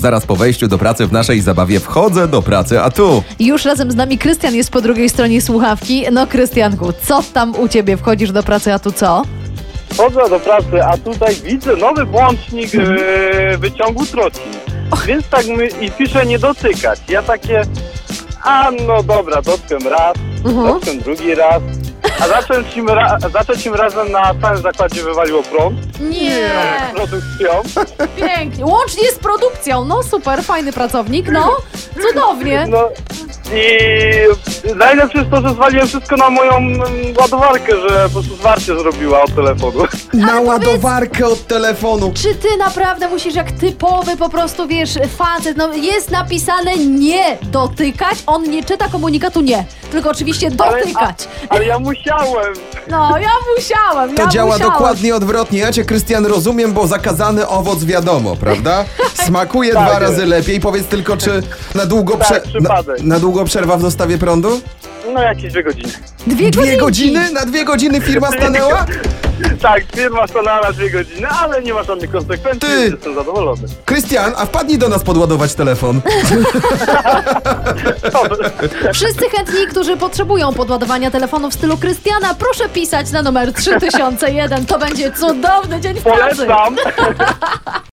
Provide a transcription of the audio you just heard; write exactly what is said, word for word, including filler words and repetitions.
Zaraz po wejściu do pracy w naszej zabawie wchodzę do pracy, a tu... Już razem z nami Krystian jest po drugiej stronie słuchawki. No Krystianku, co tam u ciebie? Wchodzisz do pracy, a tu co? Chodzę do pracy, a tutaj widzę nowy włącznik yy, wyciągu trocin. Więc tak my, i piszę nie dotykać. Ja takie, a no dobra, dotknę raz, Mhm. dotknę drugi raz. A za trzecim, ra, za trzecim razem na całym zakładzie wywaliło prąd. Nie! Produkcją. Pięknie. Łącznie z produkcją. No super, fajny pracownik, no. Cudownie. No i najlepsze jest to, że zwaliłem wszystko na moją mm, ładowarkę, że po prostu zwarcie zrobiła od telefonu. Na ładowarkę od telefonu. Czy ty naprawdę musisz jak typowy po prostu, wiesz, facet, no jest napisane nie dotykać, on nie czyta komunikatu nie, tylko oczywiście dotykać. Ale, ale ja musiałem. No, ja musiałam, To ja działa musiałam. dokładnie odwrotnie. Ja cię, Krystian, rozumiem, bo zakazany owoc wiadomo, prawda? Smakuje Tak dwa jest. razy lepiej. Powiedz tylko, czy na długo, Tak, prze... na, przypadek. na długo przerwa w dostawie prądu? No jakieś dwie godziny. Dwie, Dwie godzinki. godziny? Na dwie godziny firma stanęła? Tak, firma stanęła na dwie godziny, ale nie ma żadnych konsekwencji, Ty. więc jestem zadowolony. Krystian, a wpadnij do nas podładować telefon. Wszyscy chętni, którzy potrzebują podładowania telefonu w stylu Krystiana, proszę pisać na numer trzy tysiące jeden. To będzie cudowny dzień w pracy. Polecam.